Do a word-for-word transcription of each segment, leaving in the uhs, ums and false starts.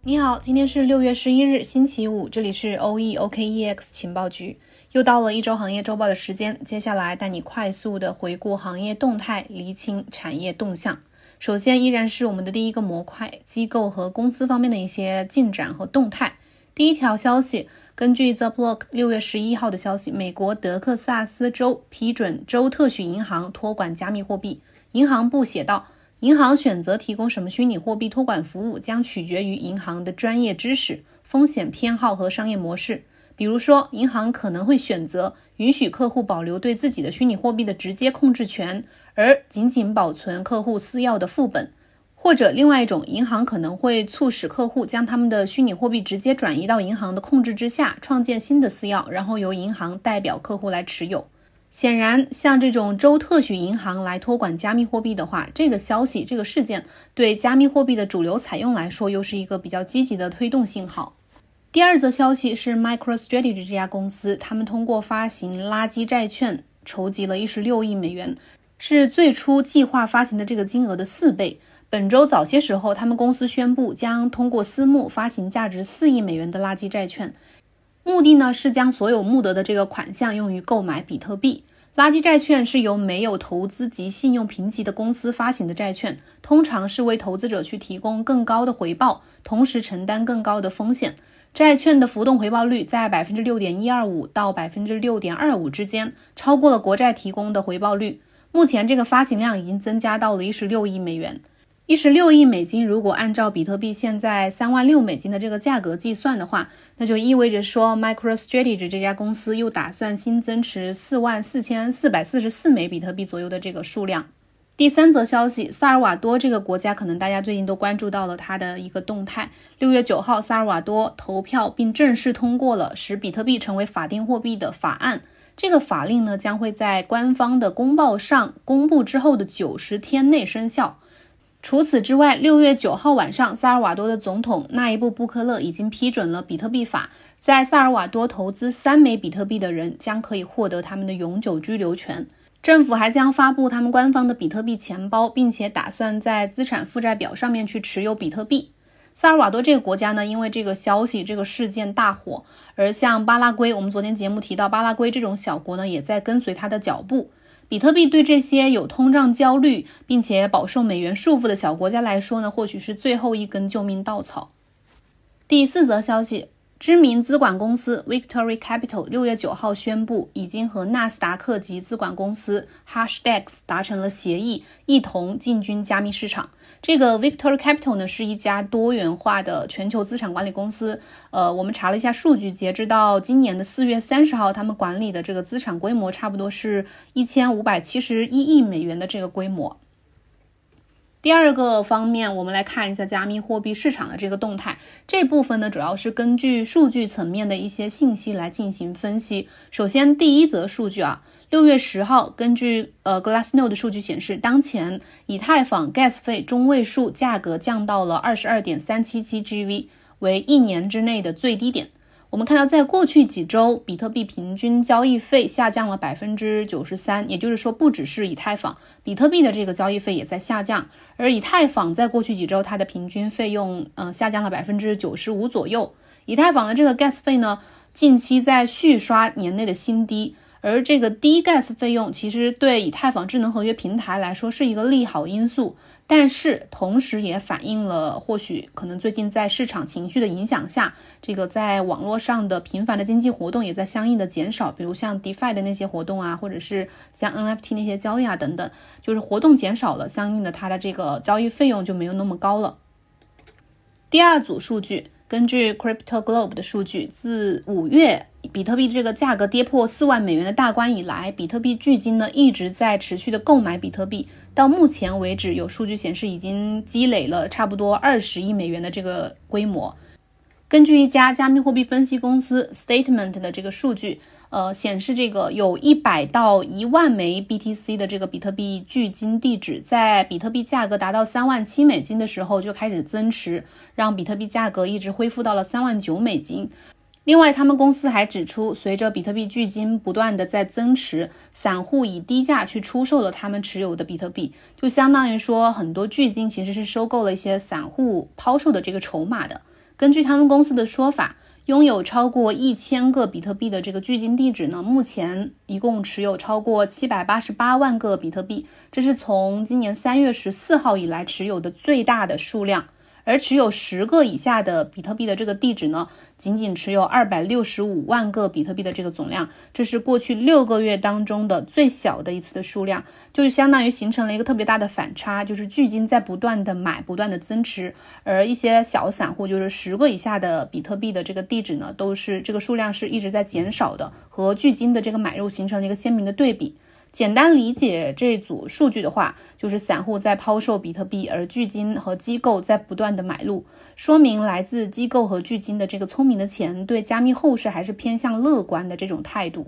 你好，今天是六月十一日星期五，这里是 O E O K E X 情报局，又到了一周行业周报的时间，接下来带你快速的回顾行业动态，厘清产业动向。首先依然是我们的第一个模块，机构和公司方面的一些进展和动态。第一条消息，根据 The Block 六月十一号的消息，美国德克萨斯州批准州特许银行托管加密货币。银行部写道，银行选择提供什么虚拟货币托管服务将取决于银行的专业知识、风险偏好和商业模式。比如说，银行可能会选择允许客户保留对自己的虚拟货币的直接控制权，而仅仅保存客户私钥的副本。或者另外一种，银行可能会促使客户将他们的虚拟货币直接转移到银行的控制之下，创建新的私钥，然后由银行代表客户来持有。显然，像这种州特许银行来托管加密货币的话，这个消息、这个事件对加密货币的主流采用来说，又是一个比较积极的推动信号。第二则消息是 MicroStrategy 这家公司，他们通过发行垃圾债券筹集了十六亿美元，是最初计划发行的这个金额的四倍。本周早些时候，他们公司宣布将通过私募发行价值四亿美元的垃圾债券。目的呢是将所有募得的这个款项用于购买比特币。垃圾债券是由没有投资及信用评级的公司发行的债券，通常是为投资者去提供更高的回报，同时承担更高的风险。债券的浮动回报率在 百分之六点一二五 到 百分之六点二五 之间，超过了国债提供的回报率。目前这个发行量已经增加到了十六亿美元。十六亿美金如果按照比特币现在三万六美金的这个价格计算的话，那就意味着说 MicroStrategy 这家公司又打算新增持四万四千四百四十四枚比特币左右的这个数量。第三则消息，萨尔瓦多这个国家可能大家最近都关注到了它的一个动态。六月九号，萨尔瓦多投票并正式通过了使比特币成为法定货币的法案。这个法令呢将会在官方的公报上公布之后的九十天内生效。除此之外，六月九号晚上，萨尔瓦多的总统纳伊布·布科勒已经批准了比特币法，在萨尔瓦多投资三枚比特币的人将可以获得他们的永久居留权。政府还将发布他们官方的比特币钱包，并且打算在资产负债表上面去持有比特币。萨尔瓦多这个国家呢，因为这个消息、这个事件大火，而像巴拉圭，我们昨天节目提到巴拉圭这种小国呢，也在跟随他的脚步。比特币对这些有通胀焦虑并且饱受美元束缚的小国家来说呢，或许是最后一根救命稻草。第四则消息，知名资管公司 Victory Capital 六月九号宣布，已经和纳斯达克级资管公司 Hashdex 达成了协议，一同进军加密市场。这个 Victory Capital 呢是一家多元化的全球资产管理公司。呃，我们查了一下数据，截止到今年的四月三十号，他们管理的这个资产规模差不多是一千五百七十一亿美元的这个规模。第二个方面，我们来看一下加密货币市场的这个动态。这部分呢，主要是根据数据层面的一些信息来进行分析。首先，第一则数据啊，六月十号，根据呃 Glassnode 的数据显示，当前以太坊 gas 费中位数价格降到了 二十二点三七七 G V， 为一年之内的最低点。我们看到在过去几周，比特币平均交易费下降了 百分之九十三， 也就是说不只是以太坊，比特币的这个交易费也在下降。而以太坊在过去几周它的平均费用呃下降了 百分之九十五 左右。以太坊的这个 gas 费呢，近期在续刷年内的新低。而这个低 gas 费用其实对以太坊智能合约平台来说是一个利好因素，但是同时也反映了或许可能最近在市场情绪的影响下，这个在网络上的频繁的经济活动也在相应的减少，比如像 DeFi 的那些活动啊，或者是像 N F T 那些交易啊等等，就是活动减少了，相应的它的这个交易费用就没有那么高了。第二组数据，根据 Crypto Globe 的数据，自五月比特币这个价格跌破四万美元的大关以来，比特币巨鲸呢一直在持续的购买比特币，到目前为止有数据显示已经积累了差不多二十亿美元的这个规模。根据一家加密货币分析公司 Statement 的这个数据，呃，显示这个有一百到一万枚 B T C 的这个比特币巨鲸地址，在比特币价格达到三万七美金的时候就开始增持，让比特币价格一直恢复到了三万九美金。另外，他们公司还指出，随着比特币巨鲸不断的在增持，散户以低价去出售了他们持有的比特币，就相当于说很多巨鲸其实是收购了一些散户抛售的这个筹码的。 根据他们公司的说法，拥有超过一千个比特币的这个距今地址呢，目前一共持有超过七百八十八万个比特币，这是从今年三月十四号以来持有的最大的数量。而持有十个以下的比特币的这个地址呢，仅仅持有二百六十五万个比特币的这个总量，这是过去六个月当中的最小的一次的数量，就是相当于形成了一个特别大的反差，就是距今在不断的买，不断的增持，而一些小散户就是十个以下的比特币的这个地址呢，都是这个数量是一直在减少的，和距今的这个买入形成了一个鲜明的对比。简单理解这组数据的话，就是散户在抛售比特币，而距今和机构在不断的买入，说明来自机构和距今的这个聪明的钱对加密后市还是偏向乐观的这种态度。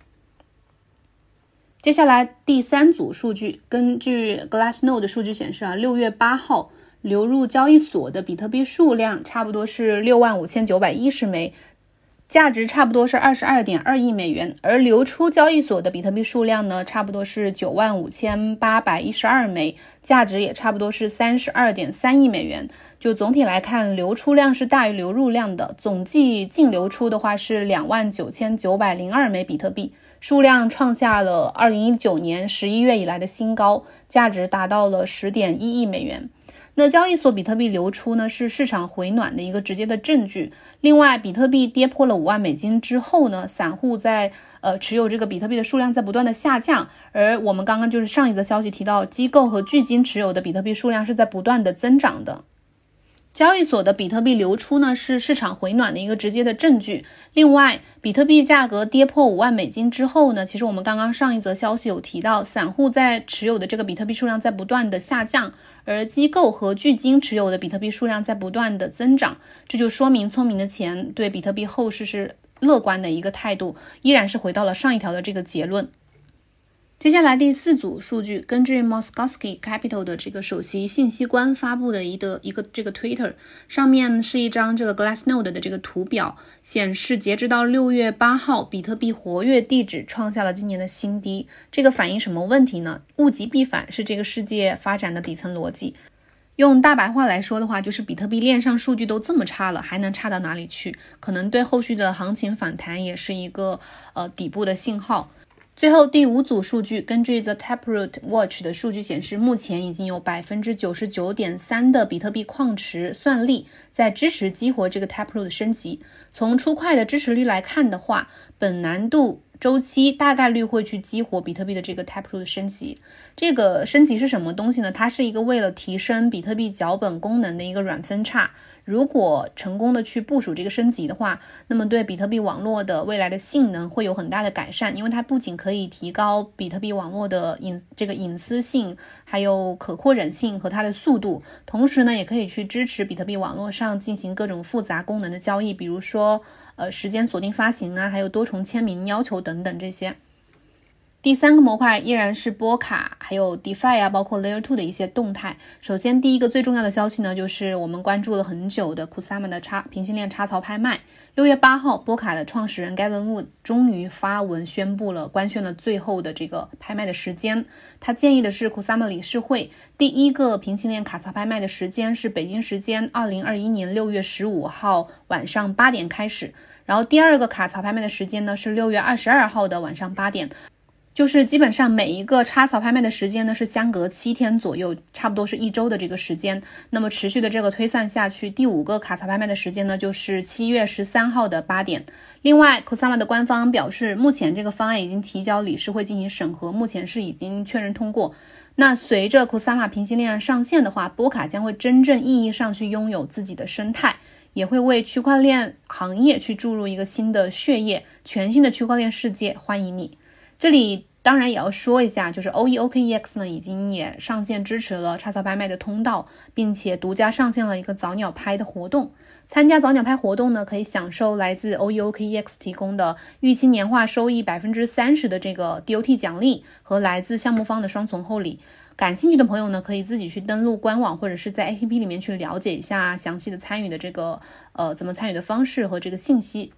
接下来第三组数据，根据 Glassnode 的数据显示啊，六月八号流入交易所的比特币数量差不多是六万五千九百一十枚，价值差不多是 二十二点二亿美元，而流出交易所的比特币数量呢，差不多是九万五千八百一十二枚，价值也差不多是 三十二点三亿美元。就总体来看，流出量是大于流入量的，总计净流出的话是两万九千九百零二枚比特币，数量创下了二零一九年十一月以来的新高，价值达到了 十点一亿美元。那交易所比特币流出呢，是市场回暖的一个直接的证据。另外，比特币跌破了五万美金之后呢，散户在呃持有这个比特币的数量在不断的下降，而我们刚刚就是上一则消息提到，机构和距今持有的比特币数量是在不断的增长的。交易所的比特币流出呢，是市场回暖的一个直接的证据。另外，比特币价格跌破五万美金之后呢，其实我们刚刚上一则消息有提到，散户在持有的这个比特币数量在不断的下降，而机构和距今持有的比特币数量在不断的增长，这就说明聪明的钱对比特币后市是乐观的一个态度，依然是回到了上一条的这个结论。接下来第四组数据，根据 Moskowski Capital 的这个首席信息官发布的一个一个这个 Twitter， 上面是一张这个 Glassnode 的这个图表，显示截止到六月八号，比特币活跃地址创下了今年的新低。这个反映什么问题呢？物极必反是这个世界发展的底层逻辑。用大白话来说的话，就是比特币链上数据都这么差了，还能差到哪里去？可能对后续的行情反弹也是一个呃底部的信号。最后第五组数据，根据 The Taproot Watch 的数据显示，目前已经有 百分之九十九点三 的比特币矿池算力在支持激活这个 Taproot 升级。从出块的支持率来看的话，本难度周期大概率会去激活比特币的这个 Taproot 升级。这个升级是什么东西呢？它是一个为了提升比特币脚本功能的一个软分叉。如果成功的去部署这个升级的话，那么对比特币网络的未来的性能会有很大的改善，因为它不仅可以提高比特币网络的隐这个隐私性，还有可扩展性和它的速度，同时呢，也可以去支持比特币网络上进行各种复杂功能的交易，比如说呃时间锁定发行啊，还有多重签名要求等等这些。第三个模块依然是波卡还有 DeFi 啊，包括 Layer 二的一些动态。首先第一个最重要的消息呢，就是我们关注了很久的 Kusama 的插平行链插槽拍卖。六月八号，波卡的创始人 Gavin Wood 终于发文宣布了官宣了最后的这个拍卖的时间。他建议的是 Kusama 理事会第一个平行链卡槽拍卖的时间是北京时间二零二一年六月十五号晚上八点开始，然后第二个卡槽拍卖的时间呢是六月二十二号的晚上八点。就是基本上每一个插槽拍卖的时间呢是相隔七天左右，差不多是一周的这个时间。那么持续的这个推算下去，第五个卡槽拍卖的时间呢就是七月十三号的八点。另外 Kusama 的官方表示，目前这个方案已经提交理事会进行审核，目前是已经确认通过。那随着 Kusama 平行链上线的话，波卡将会真正意义上去拥有自己的生态，也会为区块链行业去注入一个新的血液，全新的区块链世界欢迎你。这里当然也要说一下，就是 O E O K E X 呢已经也上线支持了插槽拍卖的通道，并且独家上线了一个早鸟拍的活动。参加早鸟拍活动呢，可以享受来自 O E O K E X 提供的预期年化收益 百分之三十 的这个 D O T 奖励和来自项目方的双重厚礼。感兴趣的朋友呢，可以自己去登录官网或者是在 A P P 里面去了解一下详细的参与的这个呃怎么参与的方式和这个信息。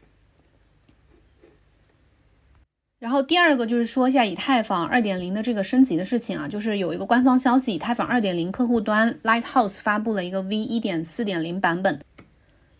然后第二个就是说一下以太坊 二点零 的这个升级的事情啊，就是有一个官方消息，以太坊 二点零 客户端 Lighthouse 发布了一个 V 一点四点零 版本。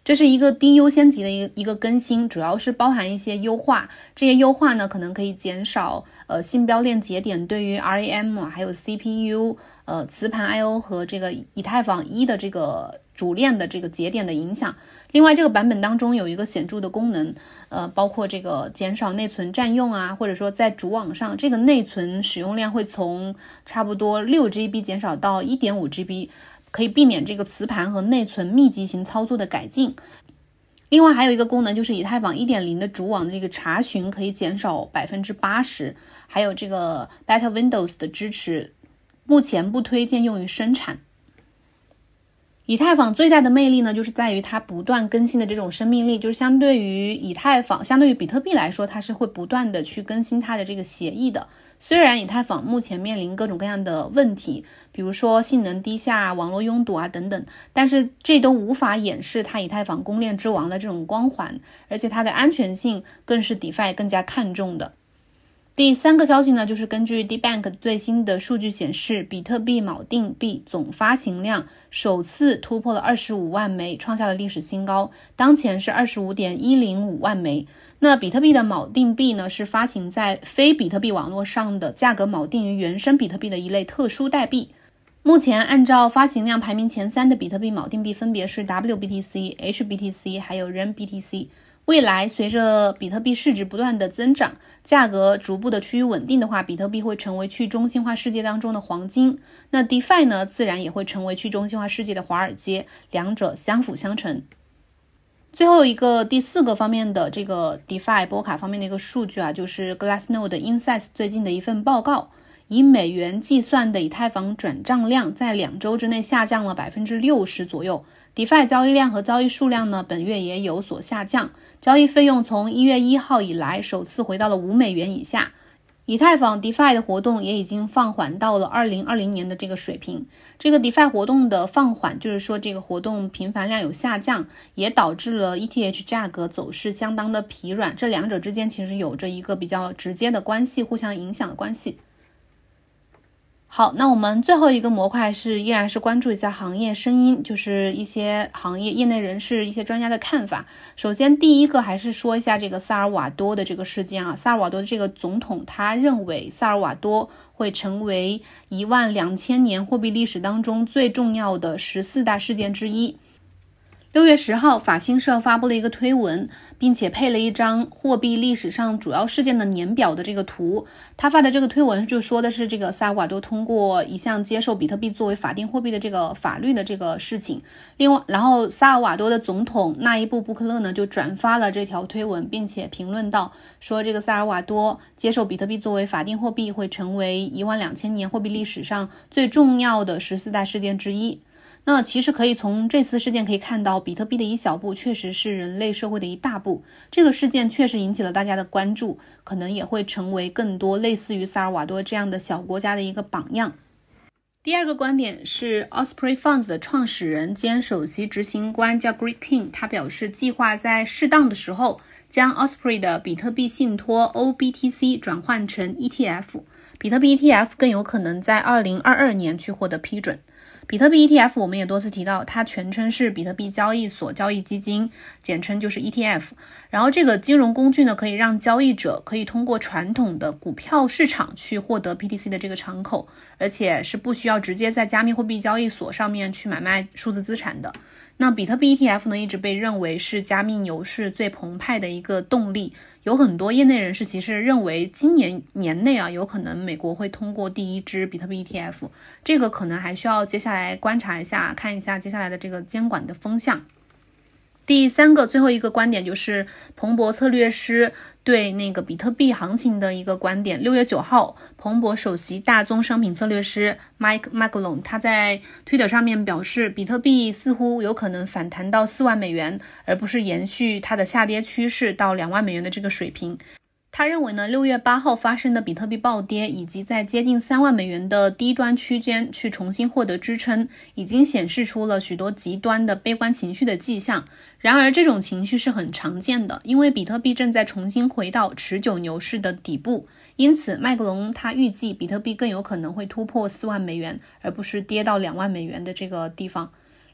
这是一个低优先级的一个一个更新，主要是包含一些优化。这些优化呢，可能可以减少呃信标链节点对于 R A M 还有 C P U、呃磁盘 I O 和这个以太坊一的这个主链的这个节点的影响。另外，这个版本当中有一个显著的功能，呃，包括这个减少内存占用啊，或者说在主网上，这个内存使用量会从差不多 六 G B 减少到 一点五 G B。可以避免这个磁盘和内存密集型操作的改进。另外还有一个功能就是以太坊 一点零 的主网的这个查询可以减少 百分之八十， 还有这个 Beta Windows 的支持，目前不推荐用于生产。以太坊最大的魅力呢，就是在于它不断更新的这种生命力，就是相对于以太坊，相对于比特币来说，它是会不断的去更新它的这个协议的。虽然以太坊目前面临各种各样的问题，比如说性能低下、网络拥堵啊等等，但是这都无法掩饰它以太坊公链之王的这种光环，而且它的安全性更是 DeFi 更加看重的。第三个消息呢，就是根据 DeBank 最新的数据显示，比特币锚定币总发行量首次突破了二十五万枚，创下了历史新高，当前是 二十五点一零五万枚。那比特币的锚定币呢，是发行在非比特币网络上的价格锚定于原生比特币的一类特殊代币。目前按照发行量排名前三的比特币锚定币分别是 W B T C、H B T C 还有 R A M B T C。未来随着比特币市值不断的增长，价格逐步的趋于稳定的话，比特币会成为去中心化世界当中的黄金。那 DeFi 呢，自然也会成为去中心化世界的华尔街，两者相辅相成。最后一个第四个方面的这个 DeFi 波卡方面的一个数据啊，就是 Glassnode Insights 最近的一份报告，以美元计算的以太坊转账量在两周之内下降了 百分之六十 左右。DeFi 交易量和交易数量呢，本月也有所下降，交易费用从一月一号以来首次回到了五美元以下。以太坊 DeFi 的活动也已经放缓到了二零二零年的这个水平。这个 DeFi 活动的放缓，就是说这个活动频繁量有下降，也导致了 E T H 价格走势相当的疲软，这两者之间其实有着一个比较直接的关系，互相影响的关系。好，那我们最后一个模块是依然是关注一下行业声音，就是一些行业业内人士、一些专家的看法。首先第一个还是说一下这个萨尔瓦多的这个事件啊，萨尔瓦多的这个总统他认为萨尔瓦多会成为一万两千年货币历史当中最重要的十四大事件之一。六月十号，法新社发布了一个推文，并且配了一张货币历史上主要事件的年表的这个图。他发的这个推文就说的是这个萨尔瓦多通过一项接受比特币作为法定货币的这个法律的这个事情。另外，然后萨尔瓦多的总统纳伊布布克勒呢就转发了这条推文，并且评论到说这个萨尔瓦多接受比特币作为法定货币会成为一万两千年货币历史上最重要的十四大事件之一。那其实可以从这次事件可以看到，比特币的一小步确实是人类社会的一大步。这个事件确实引起了大家的关注，可能也会成为更多类似于萨尔瓦多这样的小国家的一个榜样。第二个观点是 Osprey Funds 的创始人兼首席执行官叫 Greg King， 他表示计划在适当的时候将 Osprey 的比特币信托 O B T C 转换成 E T F， 比特币 E T F 更有可能在二零二二年去获得批准。比特币 E T F 我们也多次提到，它全称是比特币交易所交易基金，简称就是 E T F。 然后这个金融工具呢，可以让交易者可以通过传统的股票市场去获得 P T C 的这个敞口，而且是不需要直接在加密货币交易所上面去买卖数字资产的。那比特币 E T F 呢，一直被认为是加密牛市最澎湃的一个动力。有很多业内人士其实认为今年年内啊，有可能美国会通过第一支比特币 E T F， 这个可能还需要接下来观察一下，看一下接下来的这个监管的风向。第三个最后一个观点就是彭博策略师对那个比特币行情的一个观点。六月九号，彭博首席大宗商品策略师 Mike Maglone 他在推特上面表示，比特币似乎有可能反弹到四万美元，而不是延续它的下跌趋势到两万美元的这个水平。他认为呢，六月八号发生的比特币暴跌，以及在接近三万美元的低端区间去重新获得支撑，已经显示出了许多极端的悲观情绪的迹象。然而这种情绪是很常见的，因为比特币正在重新回到持久牛市的底部。因此麦格龙他预计比特币更有可能会突破四万美元，而不是跌到两万美元的这个地方。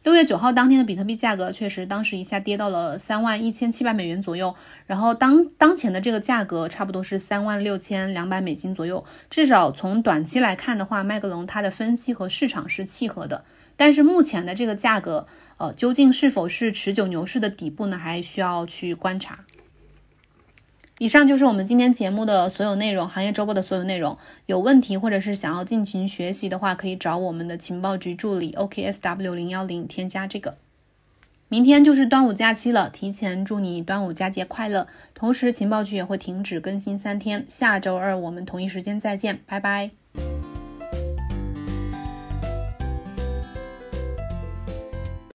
六月九号当天的比特币价格确实当时一下跌到了三万一千七百美元左右，然后当当前的这个价格差不多是三万六千两百美金左右。至少从短期来看的话，麦格龙他的分析和市场是契合的。但是目前的这个价格呃，究竟是否是持久牛市的底部呢，还需要去观察。以上就是我们今天节目的所有内容，行业周报的所有内容。有问题或者是想要进群学习的话，可以找我们的情报局助理 O K S W 零一零 添加这个。明天就是端午假期了，提前祝你端午佳节快乐。同时情报局也会停止更新三天，下周二我们同一时间再见，拜拜。